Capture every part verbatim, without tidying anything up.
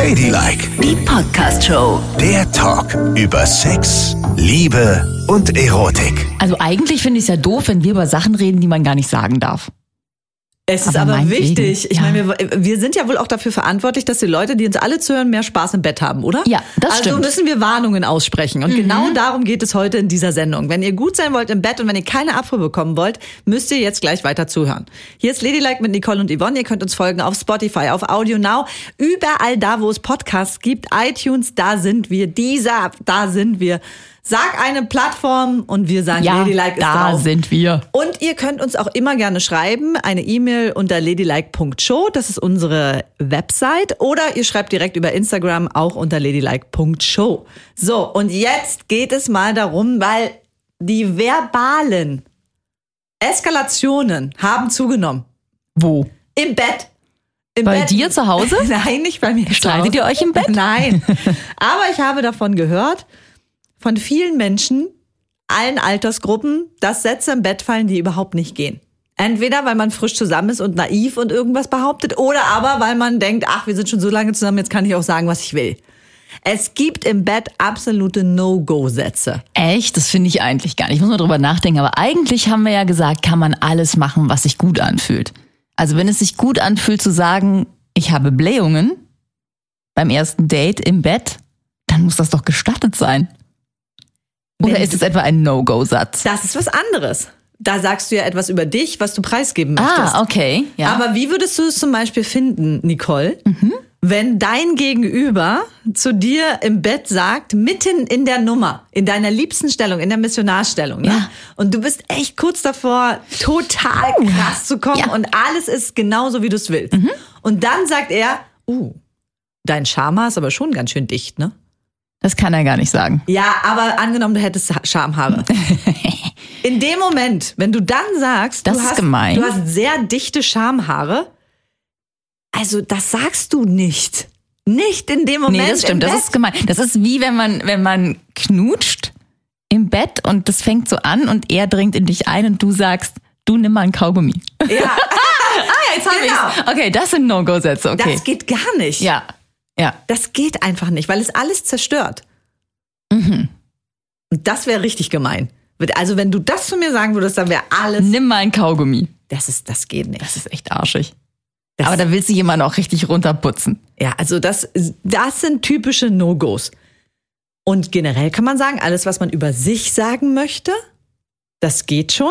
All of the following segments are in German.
Ladylike, Die Podcast-Show. der Talk über Sex, Liebe und Erotik. Also eigentlich finde ich es ja doof, wenn wir über Sachen reden, die man gar nicht sagen darf. Es ist Aber aber meinetwegen, wichtig. Ich ja. meine, wir, wir sind ja wohl auch dafür verantwortlich, dass die Leute, die uns alle zuhören, mehr Spaß im Bett haben, oder? Ja, das also stimmt. müssen wir Warnungen aussprechen. Und genau darum geht es heute in dieser Sendung. Wenn ihr gut sein wollt im Bett und wenn ihr keine Abfuhr bekommen wollt, müsst ihr jetzt gleich weiter zuhören. Hier ist Ladylike mit Nicole und Yvonne. Ihr könnt uns folgen auf Spotify, auf Audio Now, überall da, wo es Podcasts gibt. iTunes, da sind wir. Deezer, da sind wir. Sag eine Plattform und wir sagen, Ja, Ladylike ist da drauf. sind wir. Und ihr könnt uns auch immer gerne schreiben, eine E-Mail unter ladylike punkt show, das ist unsere Website, oder ihr schreibt direkt über Instagram auch unter ladylike punkt show. So, und jetzt geht es mal darum, weil die verbalen Eskalationen haben zugenommen. Wo? Im Bett. Im Bei Bett. dir zu Hause? Nein, nicht bei mir. zu Streitet Hause. ihr euch im Bett? Nein. Aber ich habe davon gehört, von vielen Menschen, allen Altersgruppen, dass Sätze im Bett fallen, die überhaupt nicht gehen. Entweder, weil man frisch zusammen ist und naiv und irgendwas behauptet, oder aber, weil man denkt, ach, wir sind schon so lange zusammen, jetzt kann ich auch sagen, was ich will. Es gibt im Bett absolute No-Go-Sätze. Echt? Das finde ich eigentlich gar nicht. Ich muss mal drüber nachdenken. Aber eigentlich haben wir ja gesagt, kann man alles machen, was sich gut anfühlt. Also wenn es sich gut anfühlt zu sagen, ich habe Blähungen beim ersten Date im Bett, dann muss das doch gestattet sein. Oder Wenn ist es etwa ein No-Go-Satz? Das ist was anderes. Da sagst du ja etwas über dich, was du preisgeben möchtest. Ah, okay. Ja. Aber wie würdest du es zum Beispiel finden, Nicole, wenn dein Gegenüber zu dir im Bett sagt, mitten in der Nummer, in deiner liebsten Stellung, in der Missionarstellung, ne? Ja. Und du bist echt kurz davor, total krass zu kommen Ja. und alles ist genauso, wie du es willst. Und dann sagt er, uh, dein Schamhaar ist aber schon ganz schön dicht, ne? Das kann er gar nicht sagen. Ja, aber angenommen, du hättest Schamhaare. In dem Moment, wenn du dann sagst, Das du, ist hast, gemein. du hast sehr dichte Schamhaare, also das sagst du nicht. Nicht in dem Moment. Nee, das stimmt, im das Bett. ist gemein. Das ist wie wenn man, wenn man knutscht im Bett und das fängt so an und er dringt in dich ein und du sagst, du nimm mal ein Kaugummi. Ja, Ah, jetzt hab Genau. ich's. Okay, das sind No-Go-Sätze, okay. das geht gar nicht. Ja, ja. Das geht einfach nicht, weil es alles zerstört. Und das wäre richtig gemein. Also wenn du das zu mir sagen würdest, dann wäre alles. Nimm mal ein Kaugummi. Das ist, das geht nicht. Das ist echt arschig. Das- Aber da willst du jemanden auch richtig runterputzen. Ja, also das, das sind typische No-Gos. Und generell kann man sagen, alles, was man über sich sagen möchte, das geht schon.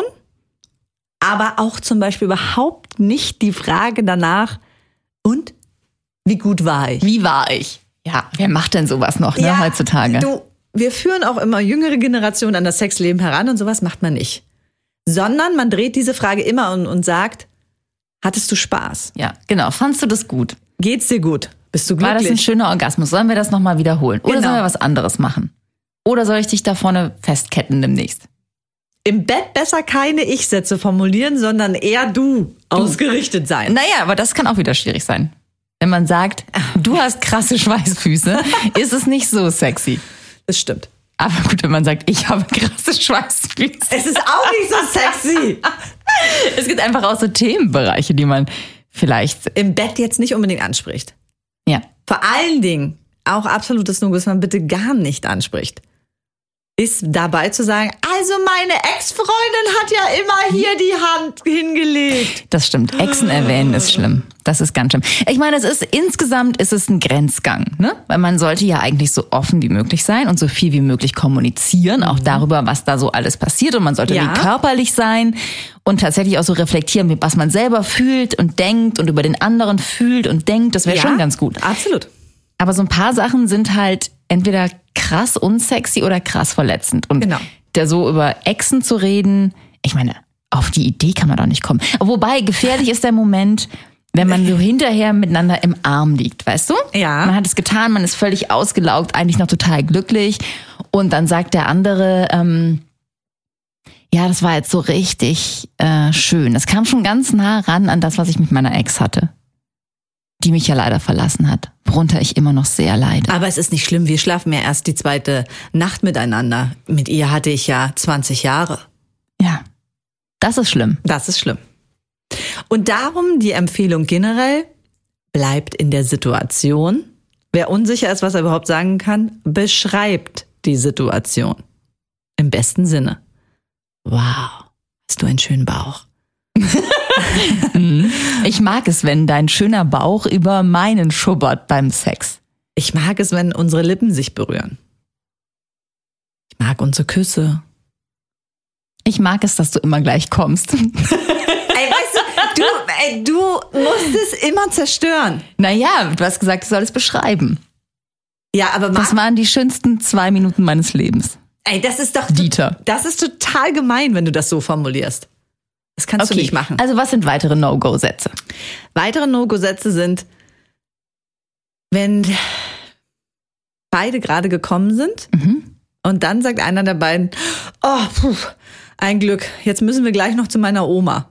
Aber auch zum Beispiel überhaupt nicht die Frage danach, und wie gut war ich? Wie war ich? Ja, wer macht denn sowas noch, ne, heutzutage? Du, wir führen auch immer jüngere Generationen an das Sexleben heran und sowas macht man nicht. Sondern man dreht diese Frage immer und, und sagt, hattest du Spaß? Ja, genau. Fandst du das gut? Geht's dir gut? Bist du War das ein glücklich? schöner Orgasmus? Sollen wir das nochmal wiederholen? Oder Genau. sollen wir was anderes machen? Oder soll ich dich da vorne festketten demnächst? Im Bett besser keine Ich-Sätze formulieren, sondern eher du ausgerichtet sein. Naja, aber das kann auch wieder schwierig sein. Wenn man sagt, du hast krasse Schweißfüße, ist es nicht so sexy. Das stimmt. Aber gut, wenn man sagt, ich habe krasse Schweißfüße. Es ist auch nicht so sexy. Es gibt einfach auch so Themenbereiche, die man vielleicht, Im Bett jetzt nicht unbedingt anspricht. ja. Vor allen Dingen auch absolutes No-Go, was man bitte gar nicht anspricht, ist dabei zu sagen, also meine Ex-Freundin hat ja immer hier die Hand hingelegt. Das stimmt. Exen erwähnen ist schlimm. Das ist ganz schlimm. Ich meine, es ist insgesamt ist es ein Grenzgang, ne? Weil man sollte ja eigentlich so offen wie möglich sein und so viel wie möglich kommunizieren, auch darüber, was da so alles passiert. Und man sollte Ja. wie körperlich sein und tatsächlich auch so reflektieren, was man selber fühlt und denkt und über den anderen fühlt und denkt. Das wäre schon ganz gut. Absolut. Aber so ein paar Sachen sind halt entweder krass unsexy oder krass verletzend. Und Genau. der so über Exen zu reden, ich meine, auf die Idee kann man doch nicht kommen. Wobei, gefährlich ist der Moment, wenn man so hinterher miteinander im Arm liegt, weißt du? Ja. Man hat es getan, man ist völlig ausgelaugt, eigentlich noch total glücklich. Und dann sagt der andere, ähm, ja, das war jetzt so richtig äh, schön. Das kam schon ganz nah ran an das, was ich mit meiner Ex hatte. Die mich ja leider verlassen hat, worunter ich immer noch sehr leide. Aber es ist nicht schlimm, wir schlafen ja erst die zweite Nacht miteinander. Mit ihr hatte ich ja zwanzig Jahre. Ja, das ist schlimm. Das ist schlimm. Und darum die Empfehlung generell, bleibt in der Situation. wer unsicher ist, was er überhaupt sagen kann, beschreibt die Situation. Im besten Sinne. Wow, hast du einen schönen Bauch. Ich mag es, wenn dein schöner Bauch über meinen schubbert beim Sex. Ich mag es, wenn unsere Lippen sich berühren. Ich mag unsere Küsse. Ich mag es, dass du immer gleich kommst. Ey, weißt du, du, ey, du musst es immer zerstören. Naja, du hast gesagt, ich soll es beschreiben. Ja, aber Das Marc, waren die schönsten zwei Minuten meines Lebens. ey, das ist doch Dieter. Das ist total gemein, wenn du das so formulierst. Das kannst du nicht machen. Also was sind weitere No-Go-Sätze? Weitere No-Go-Sätze sind, wenn beide gerade gekommen sind Mhm. und dann sagt einer der beiden, oh, puh, ein Glück, jetzt müssen wir gleich noch zu meiner Oma.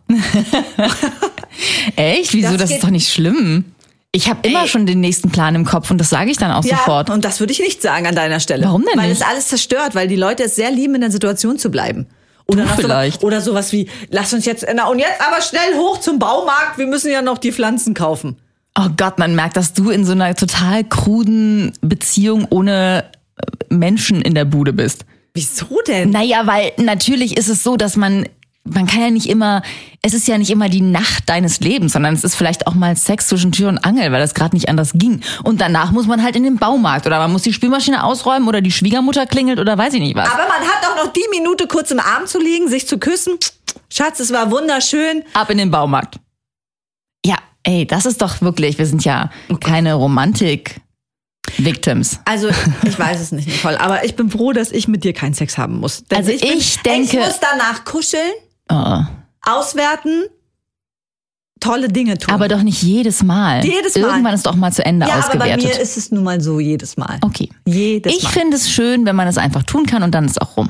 Echt? Wieso? Das Das, geht- ist doch nicht schlimm. Ich habe immer Ey. schon den nächsten Plan im Kopf und das sage ich dann auch sofort. Und das würde ich nicht sagen an deiner Stelle. Warum denn Weil nicht? es alles zerstört, weil die Leute es sehr lieben, in der Situation zu bleiben. Oder Du nach vielleicht. So, oder sowas wie, lass uns jetzt, na und jetzt aber schnell hoch zum Baumarkt, wir müssen ja noch die Pflanzen kaufen. Oh Gott, man merkt, dass du in so einer total kruden Beziehung ohne äh, Menschen in der Bude bist. Wieso denn? Naja, weil natürlich ist es so, dass man, man kann ja nicht immer, es ist ja nicht immer die Nacht deines Lebens, sondern es ist vielleicht auch mal Sex zwischen Tür und Angel, weil das gerade nicht anders ging. Und danach muss man halt in den Baumarkt oder man muss die Spülmaschine ausräumen oder die Schwiegermutter klingelt oder weiß ich nicht was. Aber man hat doch noch die Minute kurz im Arm zu liegen, sich zu küssen. Schatz, es war wunderschön. Ab in den Baumarkt. Ja, ey, das ist doch wirklich, wir sind ja keine Romantik-Victims. Also, ich weiß es nicht, Nicole, aber ich bin froh, dass ich mit dir keinen Sex haben muss. Denn Also ich, bin, ich denke- Ich muss danach kuscheln, Oh. auswerten, tolle Dinge tun. Aber doch nicht jedes Mal. Jedes Mal. Irgendwann ist doch mal zu Ende ja, aber bei ausgewertet. mir ist es nun mal so jedes Mal. Okay. Jedes Ich Mal. finde es schön, wenn man es einfach tun kann und dann ist auch rum.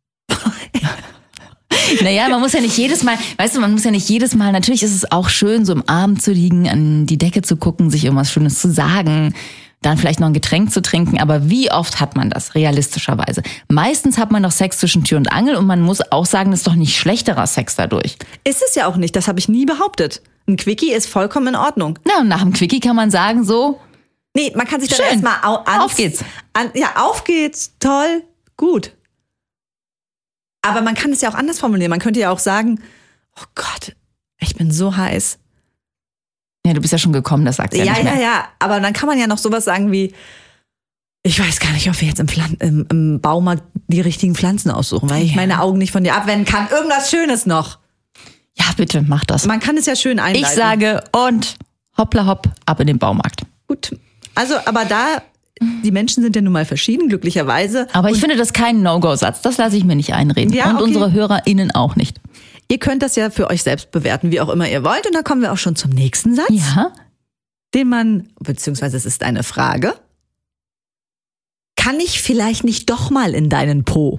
Naja, man muss ja nicht jedes Mal, weißt du, man muss ja nicht jedes Mal, natürlich ist es auch schön, so im Arm zu liegen, an die Decke zu gucken, sich irgendwas Schönes zu sagen, dann vielleicht noch ein Getränk zu trinken, aber wie oft hat man das, realistischerweise? Meistens hat man doch Sex zwischen Tür und Angel und man muss auch sagen, das ist doch nicht schlechterer Sex dadurch. Ist es ja auch nicht, das habe ich nie behauptet. Ein Quickie ist vollkommen in Ordnung. Na, und nach dem Quickie kann man sagen so, Nee, man kann sich dann Schön. erstmal au- ans- Auf geht's. An, ja, auf geht's, toll, gut. Aber man kann es ja auch anders formulieren. Man könnte ja auch sagen, oh Gott, ich bin so heiß. ja, du bist ja schon gekommen, das sagst du ja, Ja, nicht ja, mehr. ja. Aber dann kann man ja noch sowas sagen wie, ich weiß gar nicht, ob wir jetzt im, Pflan im, im Baumarkt die richtigen Pflanzen aussuchen, weil ich Ja. meine Augen nicht von dir abwenden kann. Irgendwas Schönes noch. Ja, bitte, mach das. Man kann es ja schön einleiten. Ich sage und hoppla hopp, ab in den Baumarkt. Gut. Also, aber da, die Menschen sind ja nun mal verschieden, glücklicherweise. Aber ich finde das kein No-Go-Satz. Das lasse ich mir nicht einreden. Ja, und okay. unsere HörerInnen auch nicht. Ihr könnt das ja für euch selbst bewerten, wie auch immer ihr wollt. Und da kommen wir auch schon zum nächsten Satz, Ja. den man, beziehungsweise es ist eine Frage. Kann ich vielleicht nicht doch mal in deinen Po?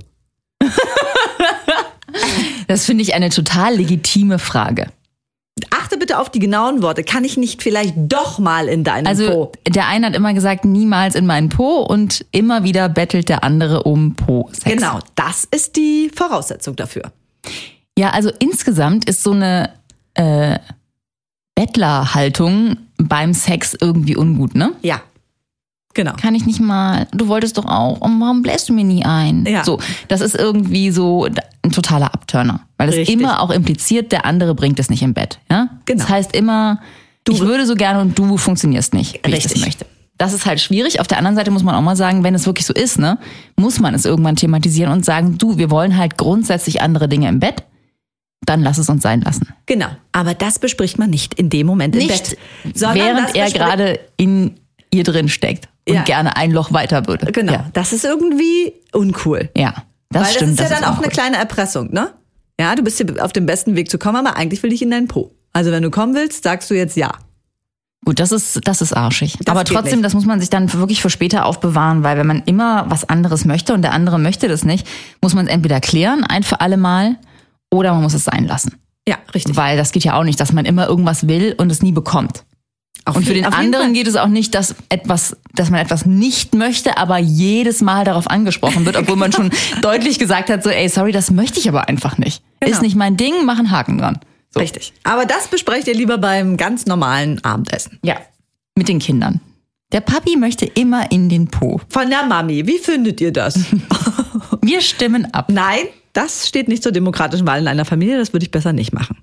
Das finde ich eine total legitime Frage. Achte bitte auf die genauen Worte. Kann ich nicht vielleicht doch mal in deinen Also Po? der eine hat immer gesagt, niemals in meinen Po und immer wieder bettelt der andere um Po-Sex. Genau, das ist die Voraussetzung dafür. Ja, also insgesamt ist so eine äh, Bettlerhaltung beim Sex irgendwie ungut, ne? Ja, genau. Kann ich nicht mal, du wolltest doch auch, und warum bläst du mir nie ein? Ja. So, das ist irgendwie so ein totaler Abturner. Weil es Richtig. immer auch impliziert, der andere bringt es nicht im Bett. Ja? Genau. Das heißt immer, Du- ich würde so gerne und du funktionierst nicht, wie ich Richtig. das möchte. Das ist halt schwierig. Auf der anderen Seite muss man auch mal sagen, wenn es wirklich so ist, ne, muss man es irgendwann thematisieren und sagen, du, wir wollen halt grundsätzlich andere Dinge im Bett, dann lass es uns sein lassen. Genau. Aber das bespricht man nicht in dem Moment im Nicht, Bett. Sondern das während er bespri- gerade in ihr drin steckt und Ja. gerne ein Loch weiter würde. Genau, Ja, das ist irgendwie uncool. ja das Weil stimmt. das ist ja dann auch eine uncool. kleine Erpressung, ne? Ja, du bist hier auf dem besten Weg zu kommen, aber eigentlich will ich in deinen Po. Also wenn du kommen willst, sagst du jetzt ja. Gut, das ist, das ist arschig. Das Aber geht trotzdem, nicht. das muss man sich dann wirklich für später aufbewahren, weil wenn man immer was anderes möchte und der andere möchte das nicht, muss man es entweder klären, ein für alle Mal, oder man muss es sein lassen. Ja, richtig. Weil das geht ja auch nicht, dass man immer irgendwas will und es nie bekommt. Auf Und für je- den auf jeden anderen Fall. geht es auch nicht, dass etwas, dass man etwas nicht möchte, aber jedes Mal darauf angesprochen wird, obwohl man schon deutlich gesagt hat, so, ey, sorry, das möchte ich aber einfach nicht. Genau. Ist nicht mein Ding, mach einen Haken dran. So. Richtig. Aber das besprecht ihr lieber beim ganz normalen Abendessen. Ja. Mit den Kindern. Der Papi möchte immer in den Po. Von der Mami. Wie findet ihr das? Wir stimmen ab. Nein, das steht nicht zur demokratischen Wahl in einer Familie. Das würde ich besser nicht machen.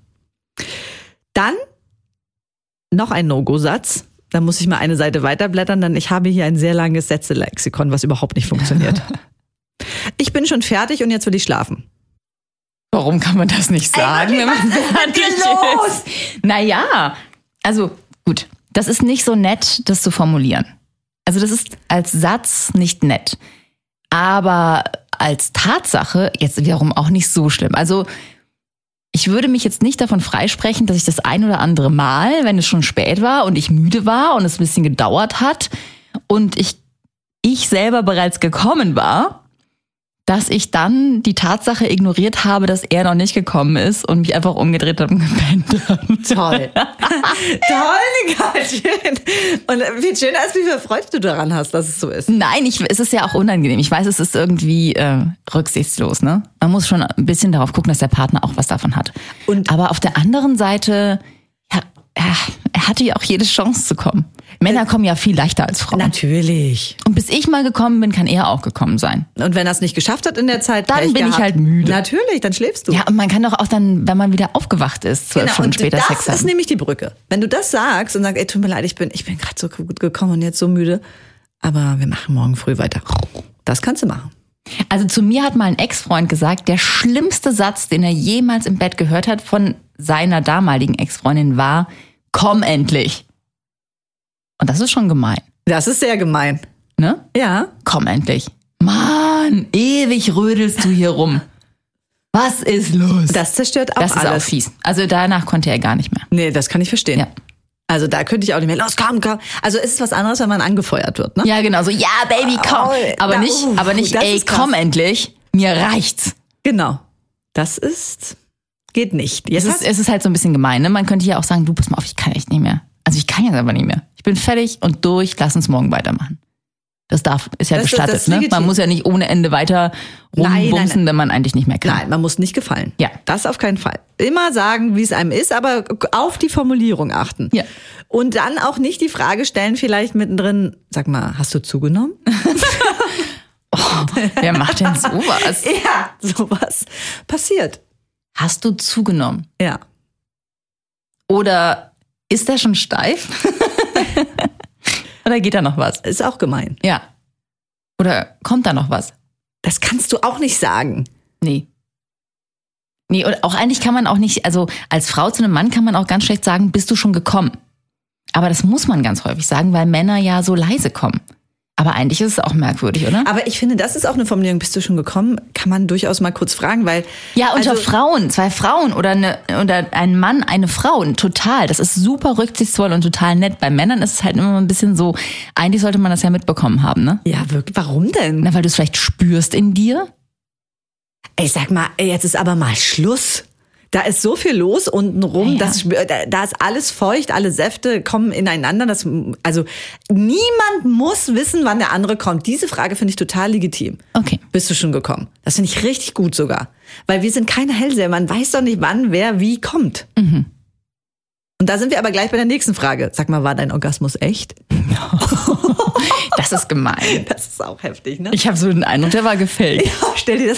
Dann noch ein No-Go-Satz. Da muss ich mal eine Seite weiterblättern, denn ich habe hier ein sehr langes Sätze-Lexikon, was überhaupt nicht funktioniert. Ich bin schon fertig und jetzt will ich schlafen. Warum kann man das nicht sagen, Ey, wenn man was ist fertig denn los? ist? Naja, also gut, das ist nicht so nett, das zu formulieren. Also das ist als Satz nicht nett. Aber als Tatsache jetzt wiederum auch nicht so schlimm. Also ich würde mich jetzt nicht davon freisprechen, dass ich das ein oder andere Mal, wenn es schon spät war und ich müde war und es ein bisschen gedauert hat und ich, ich selber bereits gekommen war, dass ich dann die Tatsache ignoriert habe, dass er noch nicht gekommen ist und mich einfach umgedreht habe und gepennt habe. Toll. Toll, Nicole. Schön. Und viel schöner ist, wie viel Freude du daran hast, dass es so ist. Nein, ich, es ist ja auch unangenehm. Ich weiß, es ist irgendwie äh, rücksichtslos. Ne? Man muss schon ein bisschen darauf gucken, dass der Partner auch was davon hat. Und Aber auf der anderen Seite, ja, er, er hatte ja auch jede Chance zu kommen. Männer kommen ja viel leichter als Frauen. Natürlich. Und bis ich mal gekommen bin, kann er auch gekommen sein. Und wenn er es nicht geschafft hat in der Zeit, Dann Pech bin ich gehabt. halt müde. Natürlich, dann schläfst du. Ja, und man kann doch auch dann, wenn man wieder aufgewacht ist, zwölf Genau, Stunden und später das Sex ist haben. nämlich die Brücke. Wenn du das sagst und sagst, ey, tut mir leid, ich bin, ich bin gerade so gut gekommen und jetzt so müde, aber wir machen morgen früh weiter. Das kannst du machen. Also zu mir hat mal ein Ex-Freund gesagt, der schlimmste Satz, den er jemals im Bett gehört hat von seiner damaligen Ex-Freundin war, komm endlich. Und das ist schon gemein, Das ist sehr gemein. ne? Ja. Komm endlich. Mann, ewig rödelst du hier rum. Was ist los? Das zerstört auch Das ist alles. auch fies. Also danach konnte er gar nicht mehr. Nee, das kann ich verstehen. Ja. Also da könnte ich auch nicht mehr. Los, komm, komm. Also es ist was anderes, wenn man angefeuert wird, ne? Ja, genau, so, ja, Baby, komm. Oh, Aber da- nicht, uh, aber nicht, das ey, ist krass. komm endlich. Mir reicht's. Genau. Das ist, geht nicht. Jetzt Es hast, ist, es ist halt so ein bisschen gemein, ne? Man könnte ja auch sagen, du, pass mal auf, ich kann echt nicht mehr. Also ich kann jetzt aber nicht mehr. Ich bin fertig und durch, lass uns morgen weitermachen. Das darf, ist ja Das ist- gestattet, das ist ne? legitim. Man muss ja nicht ohne Ende weiter Nein, nein, rumbumsen, nein. wenn man eigentlich nicht mehr kann. nein, man muss nicht gefallen. Ja. Das auf keinen Fall. Immer sagen, wie es einem ist, aber auf die Formulierung achten. Ja. Und dann auch nicht die Frage stellen, vielleicht mittendrin, sag mal, hast du zugenommen? Wer macht denn sowas? Ja, sowas passiert. Hast du zugenommen? Ja. Oder ist der schon steif? Oder geht da noch was? Ist auch gemein. Ja. Oder kommt da noch was? Das kannst du auch nicht sagen. Nee. Nee, und auch eigentlich kann man auch nicht, also als Frau zu einem Mann kann man auch ganz schlecht sagen, bist du schon gekommen? Aber das muss man ganz häufig sagen, weil Männer ja so leise kommen. Aber eigentlich ist es auch merkwürdig, oder? Aber ich finde, das ist auch eine Formulierung, bist du schon gekommen? Kann man durchaus mal kurz fragen, weil... Ja, unter also, Frauen, zwei Frauen oder, eine, oder ein Mann, eine Frau, total. Das ist super rücksichtsvoll und total nett. Bei Männern ist es halt immer ein bisschen so, eigentlich sollte man das ja mitbekommen haben, ne? Ja, wirklich, warum denn? Na, weil du es vielleicht spürst in dir. Ey, sag mal, ey, jetzt ist aber mal Schluss. Da ist so viel los untenrum, Ja, ja. das, da, da ist alles feucht, alle Säfte kommen ineinander. Das, also niemand muss wissen, wann der andere kommt. Diese Frage finde ich total legitim. Okay. Bist du schon gekommen? Das finde ich richtig gut sogar. Weil wir sind keine Hellseher. Man weiß doch nicht, wann, wer, wie kommt. Mhm. Und da sind wir aber gleich bei der nächsten Frage. Sag mal, war dein Orgasmus echt? Das ist gemein. Das ist auch heftig, ne? Ich habe so den Eindruck, der war gefaked. Ja, stell dir das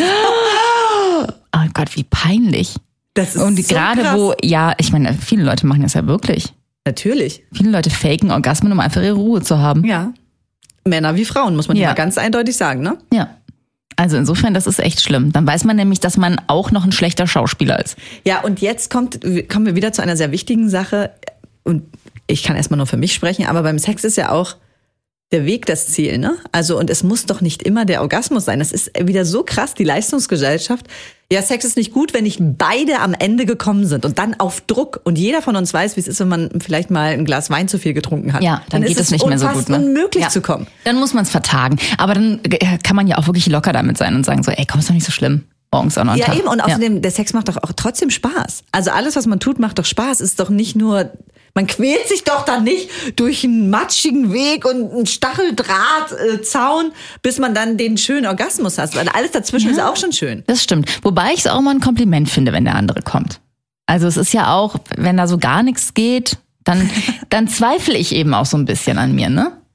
Oh Gott, wie peinlich. Das ist Und so gerade krass. wo, ja, ich meine, viele Leute machen das ja wirklich. Natürlich. Viele Leute faken Orgasmen, um einfach ihre Ruhe zu haben. Ja. Männer wie Frauen, muss man Ja. mal ganz eindeutig sagen, ne? Ja. Also insofern, das ist echt schlimm. Dann weiß man nämlich, dass man auch noch ein schlechter Schauspieler ist. Ja, und jetzt kommt, kommen wir wieder zu einer sehr wichtigen Sache. Und ich kann erstmal nur für mich sprechen, aber beim Sex ist ja auch der Weg das Ziel, ne? Also, und es muss doch nicht immer der Orgasmus sein. Das ist wieder so krass, die Leistungsgesellschaft. Ja, Sex ist nicht gut, wenn nicht beide am Ende gekommen sind und dann auf Druck. Und jeder von uns weiß, wie es ist, wenn man vielleicht mal ein Glas Wein zu viel getrunken hat. Ja, dann, geht ist es nicht mehr so fast gut. Ne? unmöglich ja. zu kommen. Dann muss man es vertagen. Aber dann äh, kann man ja auch wirklich locker damit sein und sagen so, ey, komm, ist doch nicht so schlimm. Morgens auch noch ein Ja, Tag. eben. Und außerdem, der Sex macht doch auch trotzdem Spaß. Also alles, was man tut, macht doch Spaß. Ist doch nicht nur, man quält sich doch dann nicht durch einen matschigen Weg und einen Stacheldrahtzaun, äh, bis man dann den schönen Orgasmus hat. Weil alles dazwischen Ja. ist auch schon schön. Das stimmt. Wobei ich es auch mal ein Kompliment finde, wenn der andere kommt. Also es ist ja auch, wenn da so gar nichts geht, dann, dann zweifle ich eben auch so ein bisschen an mir, ne?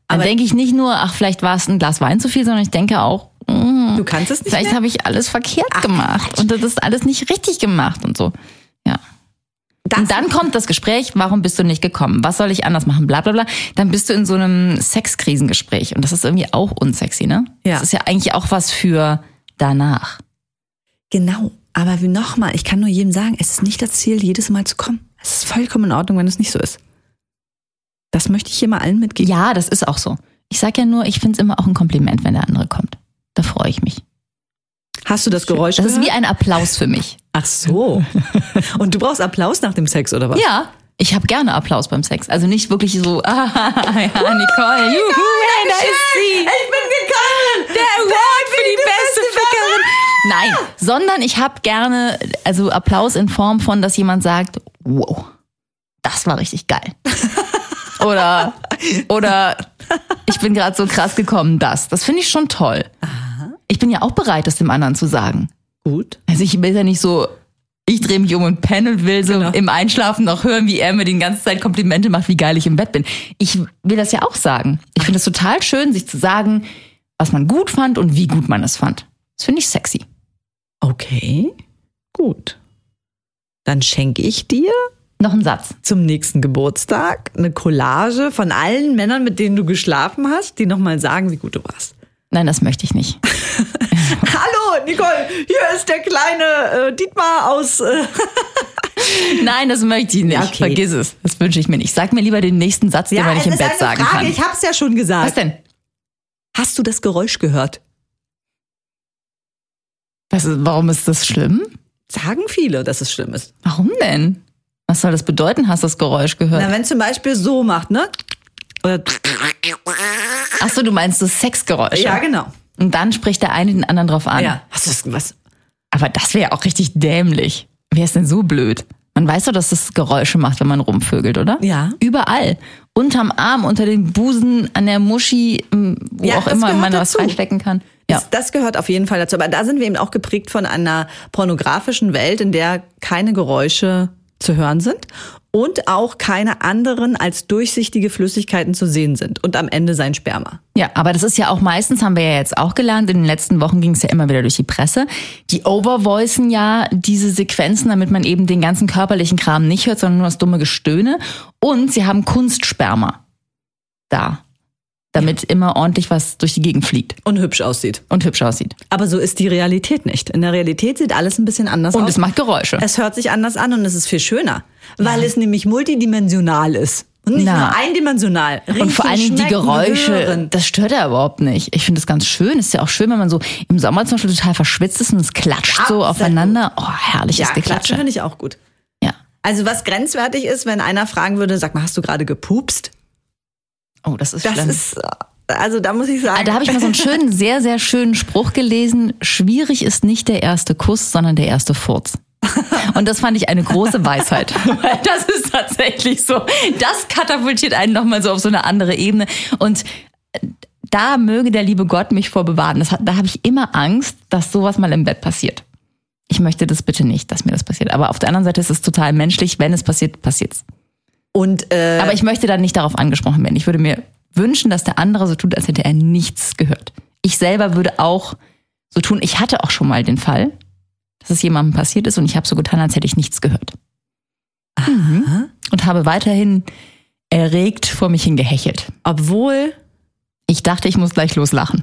Dann denke ich nicht nur, ach, vielleicht war es ein Glas Wein zu viel, sondern ich denke auch, mh, du kannst es nicht vielleicht habe ich alles verkehrt ach, gemacht Quatsch. Und das ist alles nicht richtig gemacht und so. Ja. Das und dann kommt das Gespräch, warum bist du nicht gekommen? Was soll ich anders machen? Bla bla bla. Dann bist du in so einem Sexkrisengespräch und das ist irgendwie auch unsexy, ne? Ja. Das ist ja eigentlich auch was für danach. Genau, aber wie nochmal, ich kann nur jedem sagen, es ist nicht das Ziel, jedes Mal zu kommen. Es ist vollkommen in Ordnung, wenn es nicht so ist. Das möchte ich hier mal allen mitgeben. Ja, das ist auch so. Ich sag ja nur, ich finde es immer auch ein Kompliment, wenn der andere kommt. Da freue ich mich. Hast du das Geräusch Das gehört? ist wie ein Applaus für mich. Ach so. Und du brauchst Applaus nach dem Sex, oder was? Ja, ich habe gerne Applaus beim Sex. Also nicht wirklich so, ah, ja, Nicole, juhu, hey, da ist sie. Ich bin gekommen. Der Award für die beste Fickerin. Nein, sondern ich habe gerne, also Applaus in Form von, dass jemand sagt, wow, das war richtig geil. Oder, oder ich bin gerade so krass gekommen, das. Das finde ich schon toll. Aha. Ich bin ja auch bereit, das dem anderen zu sagen. Gut. Also ich bin ja nicht so, ich drehe mich um und penne und will so Genau. im Einschlafen noch hören, wie er mir die ganze Zeit Komplimente macht, wie geil ich im Bett bin. Ich will das ja auch sagen. Ich finde es total schön, sich zu sagen, was man gut fand und wie gut man es fand. Das finde ich sexy. Okay, gut. Dann schenke ich dir Noch ein Satz. zum nächsten Geburtstag eine Collage von allen Männern, mit denen du geschlafen hast, die nochmal sagen, wie gut du warst. Nein, das möchte ich nicht. Hallo, Nicole, hier ist der kleine äh, Dietmar aus... Äh Nein, das möchte ich nicht. Ja, okay. Vergiss es. Das wünsche ich mir nicht. Sag mir lieber den nächsten Satz, den man nicht es im ist Bett eine sagen Frage. kann. Ich hab's ja schon gesagt. Was denn? Hast du das Geräusch gehört? Was ist, warum ist das schlimm? Sagen viele, dass es schlimm ist. Warum denn? Was soll das bedeuten? Hast du das Geräusch gehört? Na, wenn zum Beispiel so macht, ne? Oder Ach so, du meinst das Sexgeräusch. ja, genau. Und dann spricht der eine den anderen drauf an. Ja. Hast du das was? Aber das wäre ja auch richtig dämlich. Wer ist denn so blöd? Man weiß doch, dass das Geräusche macht, wenn man rumvögelt, oder? Ja. Überall. Unterm Arm, unter den Busen, an der Muschi, wo Ja, auch das immer gehört man was dazu. reinstecken kann. Ja. Das, das gehört auf jeden Fall dazu. Aber da sind wir eben auch geprägt von einer pornografischen Welt, in der keine Geräusche zu hören sind und auch keine anderen als durchsichtige Flüssigkeiten zu sehen sind und am Ende sein Sperma. Ja, aber das ist ja auch meistens, haben wir ja jetzt auch gelernt, in den letzten Wochen ging es ja immer wieder durch die Presse, die overvoicen ja diese Sequenzen, damit man eben den ganzen körperlichen Kram nicht hört, sondern nur das dumme Gestöhne. Und sie haben Kunstsperma da, damit immer ordentlich was durch die Gegend fliegt Und hübsch aussieht. und hübsch aussieht. Aber so ist die Realität nicht. In der Realität sieht alles ein bisschen anders Und aus. es macht Geräusche. Es hört sich anders an und es ist viel schöner, weil es nämlich multidimensional ist. Und nicht Na. nur eindimensional. Und vor allen Dingen die Riechen, Geräusche, schmecken, hören. das stört ja überhaupt nicht. Ich finde das ganz schön. Ist ja auch schön, wenn man so im Sommer zum Beispiel total verschwitzt ist und es klatscht Ja, so sehr aufeinander. Oh, herrlich Ja, ist Klatsche Geklatsche. finde ich auch gut. Ja. Also was grenzwertig ist, wenn einer fragen würde, sag mal, hast du gerade gepupst? Oh, das ist Das schlimm. ist, also da muss ich sagen. Ah, Da habe ich mal so einen schönen, sehr, sehr schönen Spruch gelesen. Schwierig ist nicht der erste Kuss, sondern der erste Furz. Und das fand ich eine große Weisheit. Weil das ist tatsächlich so. Das katapultiert einen nochmal so auf so eine andere Ebene. Und da möge der liebe Gott mich vor bewahren. Das hat, da habe ich immer Angst, dass sowas mal im Bett passiert. Ich möchte das bitte nicht, dass mir das passiert. Aber auf der anderen Seite ist es total menschlich. Wenn es passiert, passiert's. Und äh, Aber ich möchte dann nicht darauf angesprochen werden. Ich würde mir wünschen, dass der andere so tut, als hätte er nichts gehört. Ich selber würde auch so tun. Ich hatte auch schon mal den Fall, dass es jemandem passiert ist und ich habe so getan, als hätte ich nichts gehört. Mhm. Und habe weiterhin erregt vor mich hin gehechelt. obwohl, Ich dachte, ich muss gleich loslachen.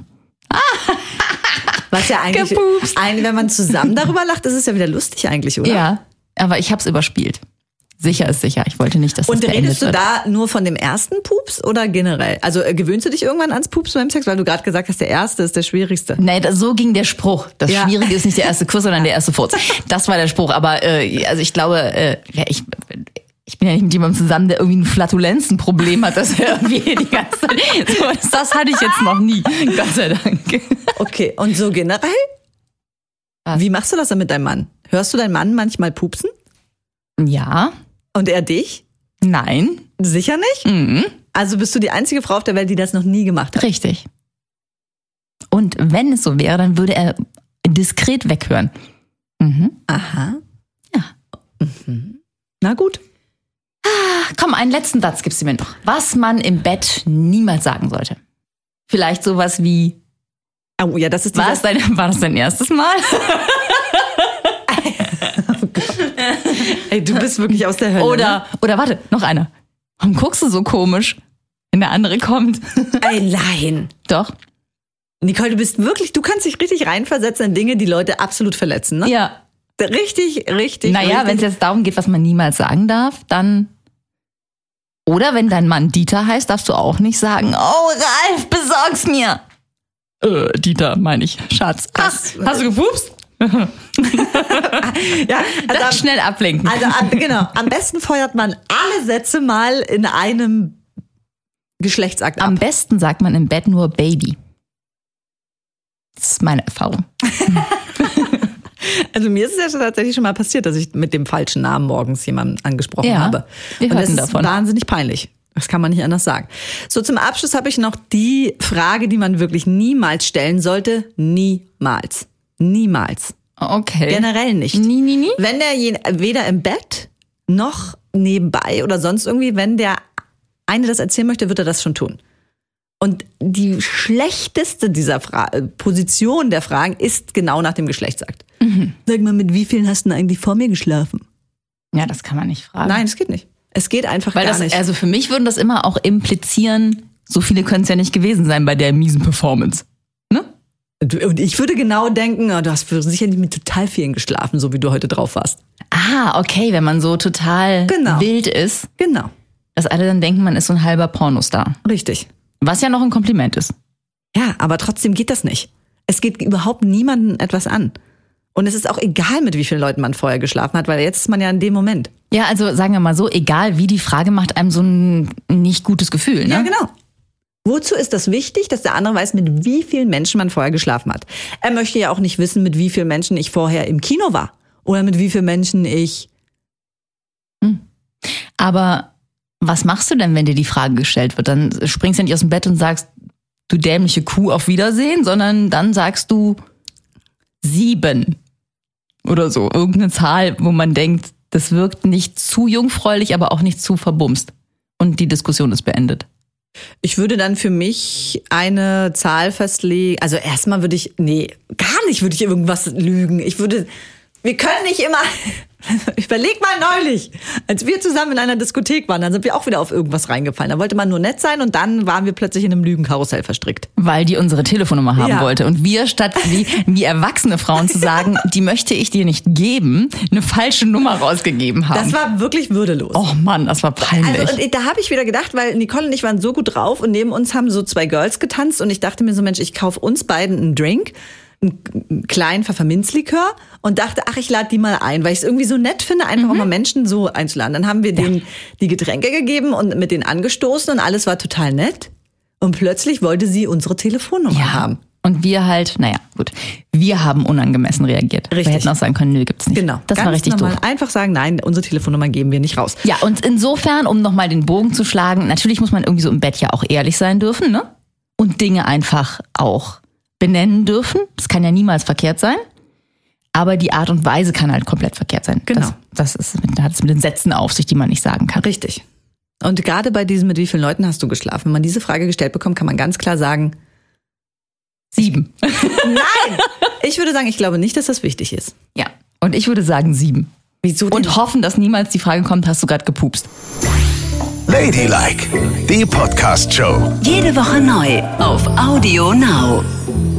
was ja eigentlich, Gepupst. ein, wenn man zusammen darüber lacht, ist es ja wieder lustig eigentlich, oder? Ja, aber ich habe es überspielt. Sicher ist sicher. Ich wollte nicht, dass Und das beendet redest du wird. da nur von dem ersten Pups oder generell? Also äh, gewöhnst du dich irgendwann ans Pups beim Sex, weil du gerade gesagt hast, der erste ist der schwierigste. Nee, das, so ging der Spruch. Das Ja. Schwierige ist nicht der erste Kuss, sondern der erste Furz. Das war der Spruch. Aber äh, also ich glaube, äh, ja, ich, ich bin ja nicht mit jemandem zusammen, der irgendwie ein Flatulenzenproblem hat, dass er irgendwie die ganze Zeit. So, das, das hatte ich jetzt noch nie. Gott sei Dank. Okay, und so generell? Was? Wie machst du das dann mit deinem Mann? Hörst du deinen Mann manchmal pupsen? Ja, Und er dich? nein, Sicher nicht? mhm. Also bist du die einzige Frau auf der Welt, die das noch nie gemacht hat? Richtig. Und wenn es so wäre, dann würde er diskret weghören. Mhm. Aha. Ja. Mhm. Na gut. Komm, einen letzten Satz gibst du mir noch. Was man im Bett niemals sagen sollte. Vielleicht sowas wie, oh ja, das ist war, es dein, war das dein erstes Mal? Oh Gott. Ey, du bist wirklich aus der Hölle. Oder, ne? oder warte, noch einer. Warum guckst du so komisch, wenn der andere kommt? Ey, nein. Doch. Nicole, du bist wirklich, du kannst dich richtig reinversetzen in Dinge, die Leute absolut verletzen, ne? Ja. Richtig, richtig. Naja, wenn es jetzt darum geht, was man niemals sagen darf, dann... Oder wenn dein Mann Dieter heißt, darfst du auch nicht sagen, oh Ralf, besorg's mir. Äh, Dieter, meine ich, Schatz. Ach, hast du gepupst? Ja, also das schnell ablenken. Also am, genau, am besten feuert man alle Sätze mal in einem Geschlechtsakt ab. Am besten sagt man im Bett nur Baby. Das ist meine Erfahrung. Also mir ist es ja tatsächlich schon mal passiert, dass ich mit dem falschen Namen morgens jemanden angesprochen ja, habe. Wir Und das ist davon. wahnsinnig peinlich. Das kann man nicht anders sagen. So, zum Abschluss habe ich noch die Frage, die man wirklich niemals stellen sollte. Niemals. Niemals. Okay. Generell nicht. Nie, nie, nie? Wenn der je, weder im Bett noch nebenbei oder sonst irgendwie, wenn der eine das erzählen möchte, wird er das schon tun. Und die schlechteste dieser Fra- Position der Fragen ist genau nach dem Geschlechtsakt. Mhm. Sag mal, mit wie vielen hast du denn eigentlich vor mir geschlafen? Ja, das kann man nicht fragen. Nein, es geht nicht. Es geht einfach Weil gar das, nicht. also für mich würden das immer auch implizieren, so viele können es ja nicht gewesen sein bei der miesen Performance. Ne? Und ich würde genau denken, oh, du hast sicher nicht mit total vielen geschlafen, so wie du heute drauf warst. Ah, okay, wenn man so total Genau. wild ist, Genau, dass alle dann denken, man ist so ein halber Pornostar. richtig. Was ja noch ein Kompliment ist. Ja, aber trotzdem geht das nicht. Es geht überhaupt niemandem etwas an. Und es ist auch egal, mit wie vielen Leuten man vorher geschlafen hat, weil jetzt ist man ja in dem Moment. Ja, also sagen wir mal so, egal wie die Frage macht einem so ein nicht gutes Gefühl, ne? Ja, genau. Wozu ist das wichtig, dass der andere weiß, mit wie vielen Menschen man vorher geschlafen hat? Er möchte ja auch nicht wissen, mit wie vielen Menschen ich vorher im Kino war. Oder mit wie vielen Menschen ich... Hm. Aber was machst du denn, wenn dir die Frage gestellt wird? Dann springst du nicht aus dem Bett und sagst, du dämliche Kuh, auf Wiedersehen, sondern dann sagst du sieben oder so. Irgendeine Zahl, wo man denkt, das wirkt nicht zu jungfräulich, aber auch nicht zu verbumst. Und die Diskussion ist beendet. Ich würde dann für mich eine Zahl festlegen. Also erstmal würde ich, nee, gar nicht würde ich irgendwas lügen. Ich würde, wir können nicht immer, überleg mal neulich, als wir zusammen in einer Diskothek waren, dann sind wir auch wieder auf irgendwas reingefallen. Da wollte man nur nett sein und dann waren wir plötzlich in einem Lügenkarussell verstrickt. Weil die unsere Telefonnummer haben Ja. wollte. Und wir, statt wie, wie erwachsene Frauen zu sagen, die möchte ich dir nicht geben, eine falsche Nummer rausgegeben haben. Das war wirklich würdelos. Oh Mann, das war peinlich. Also, und da habe ich wieder gedacht, weil Nicole und ich waren so gut drauf und neben uns haben so zwei Girls getanzt und ich dachte mir so, Mensch, ich kaufe uns beiden einen Drink, einen kleinen Pfefferminzlikör und dachte, ach, ich lade die mal ein, weil ich es irgendwie so nett finde, einfach mhm. mal Menschen so einzuladen. Dann haben wir Ja. denen die Getränke gegeben und mit denen angestoßen und alles war total nett. Und plötzlich wollte sie unsere Telefonnummer ja. haben. Und wir halt, naja, gut, wir haben unangemessen reagiert. Richtig. Wir hätten auch sagen können, nö, gibt's nicht. Genau. Das Ganz war richtig normal. doof. Einfach sagen, nein, unsere Telefonnummer geben wir nicht raus. Ja, und insofern, um nochmal den Bogen zu schlagen, natürlich muss man irgendwie so im Bett ja auch ehrlich sein dürfen, ne? Und Dinge einfach auch benennen dürfen. Das kann ja niemals verkehrt sein. Aber die Art und Weise kann halt komplett verkehrt sein. Genau. Das, das ist, hat es mit den Sätzen auf sich, die man nicht sagen kann. Richtig. Und gerade bei diesem, mit wie vielen Leuten hast du geschlafen? Wenn man diese Frage gestellt bekommt, kann man ganz klar sagen, Sieben. nein! Ich würde sagen, ich glaube nicht, dass das wichtig ist. Ja. Und ich würde sagen sieben. Wieso denn? Und hoffen, dass niemals die Frage kommt, hast du gerade gepupst? Ladylike, die Podcast-Show. Jede Woche neu auf Audio Now.